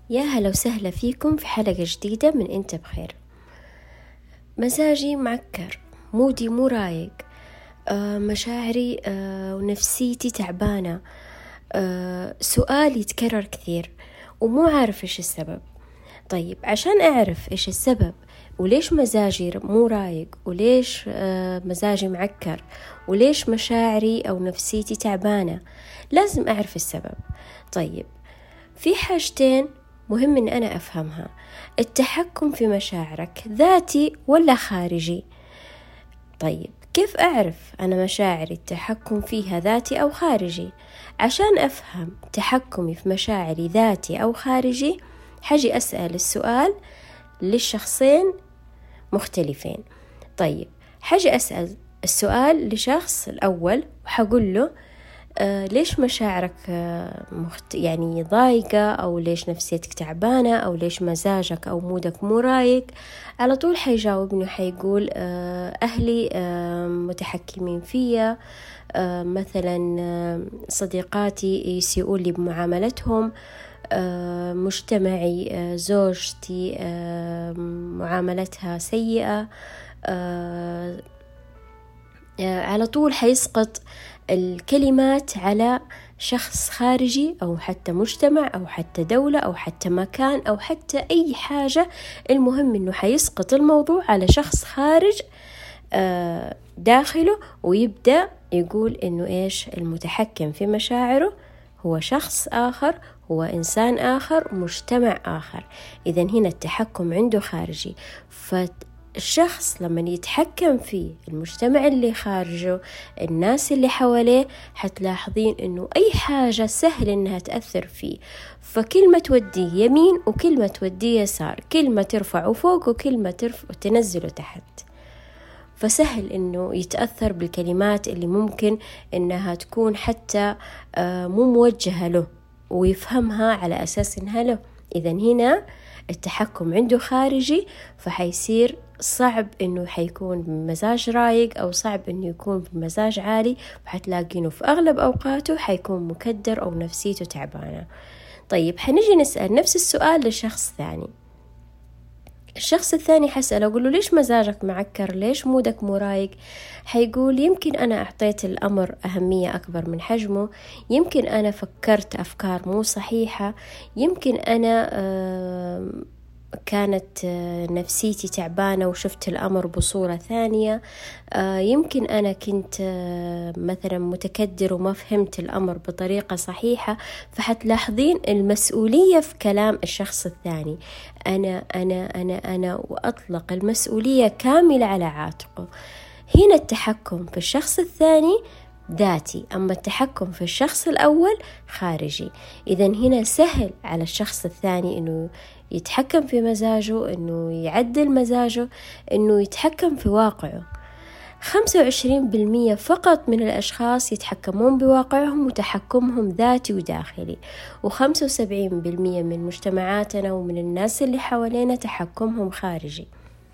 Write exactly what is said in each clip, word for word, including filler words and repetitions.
يا هلا وسهلا فيكم في حلقة جديدة من أنت بخير. مزاجي معكر، مودي مو رايق، آه مشاعري آه ونفسيتي تعبانة، آه سؤال يتكرر كثير ومو عارف إيش السبب. طيب عشان أعرف إيش السبب وليش مزاجي مو رايق وليش آه مزاجي معكر وليش مشاعري أو نفسيتي تعبانة، لازم أعرف السبب. طيب في حاجتين مهم إن أنا أفهمها: التحكم في مشاعرك ذاتي ولا خارجي؟ طيب كيف أعرف أنا مشاعري التحكم فيها ذاتي أو خارجي؟ عشان أفهم تحكمي في مشاعري ذاتي أو خارجي حاجي أسأل السؤال للشخصين مختلفين. طيب حاجي أسأل السؤال لشخص الأول وحقول له آه ليش مشاعرك آه مخت... يعني ضايقة، أو ليش نفسيتك تعبانة، أو ليش مزاجك أو مودك مو رايق. على طول حيجاوبني حيقول آه أهلي آه متحكمين فيا، آه مثلا آه صديقاتي يسيئون لي بمعاملتهم، آه مجتمعي آه زوجتي آه معاملتها سيئة. آه آه على طول حيسقط الكلمات على شخص خارجي أو حتى مجتمع أو حتى دولة أو حتى مكان أو حتى أي حاجة. المهم إنه حيسقط الموضوع على شخص خارج داخله، ويبدأ يقول إنه إيش المتحكم في مشاعره هو شخص آخر، هو إنسان آخر، مجتمع آخر. إذن هنا التحكم عنده خارجي. فالشخص لما يتحكم في المجتمع اللي خارجه، الناس اللي حواليه، حتلاحظين إنه أي حاجة سهل إنها تأثر فيه. فكلمة توديه يمين وكلمة توديه يسار، كلمة ترفعه فوق وكلمة ترفع تنزله تحت. فسهل إنه يتأثر بالكلمات اللي ممكن إنها تكون حتى مو موجهة له ويفهمها على أساس إنها له. إذن هنا التحكم عنده خارجي، فحيصير صعب إنه حيكون بمزاج رايق أو صعب إنه يكون بمزاج عالي، وحتلاقينه في أغلب أوقاته حيكون مكدر أو نفسيته تعبانة. طيب حنجي نسأل نفس السؤال لشخص ثاني. الشخص الثاني حسأله أقول له ليش مزاجك معكر، ليش مودك مو رايق؟ حيقول يمكن أنا أعطيت الأمر أهمية أكبر من حجمه، يمكن أنا فكرت أفكار مو صحيحة، يمكن أنا آه كانت آه نفسيتي تعبانة وشفت الأمر بصورة ثانية، آه يمكن أنا كنت آه مثلا متكدر وما فهمت الأمر بطريقة صحيحة. فحتلاحظين المسؤولية في كلام الشخص الثاني، أنا أنا أنا أنا وأطلق المسؤولية كاملة على عاتقه. هنا التحكم في الشخص الثاني ذاتي، أما التحكم في الشخص الأول خارجي. إذن هنا سهل على الشخص الثاني إنه يتحكم في مزاجه، إنه يعدل مزاجه، إنه يتحكم في واقعه. خمسة وعشرين بالمية فقط من الأشخاص يتحكمون بواقعهم وتحكمهم ذاتي وداخلي، وخمسة وسبعين بالمية من مجتمعاتنا ومن الناس اللي حوالينا تحكمهم خارجي.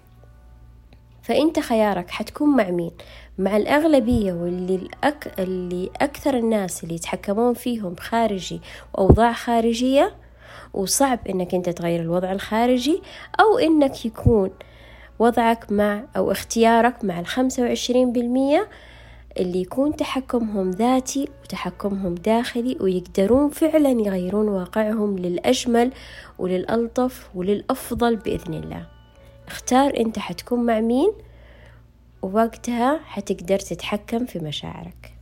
فأنت خيارك حتكون مع مين؟ مع الأغلبية واللي الأك... اللي أكثر الناس اللي يتحكمون فيهم خارجي وأوضاع خارجية، وصعب إنك أنت تغير الوضع الخارجي، أو إنك يكون وضعك مع أو اختيارك مع الخمسة وعشرين بالمية اللي يكون تحكمهم ذاتي وتحكمهم داخلي، ويقدرون فعلا يغيرون واقعهم للأجمل وللألطف وللأفضل بإذن الله. اختار أنت حتكون مع مين، ووقتها حتقدر تتحكم في مشاعرك.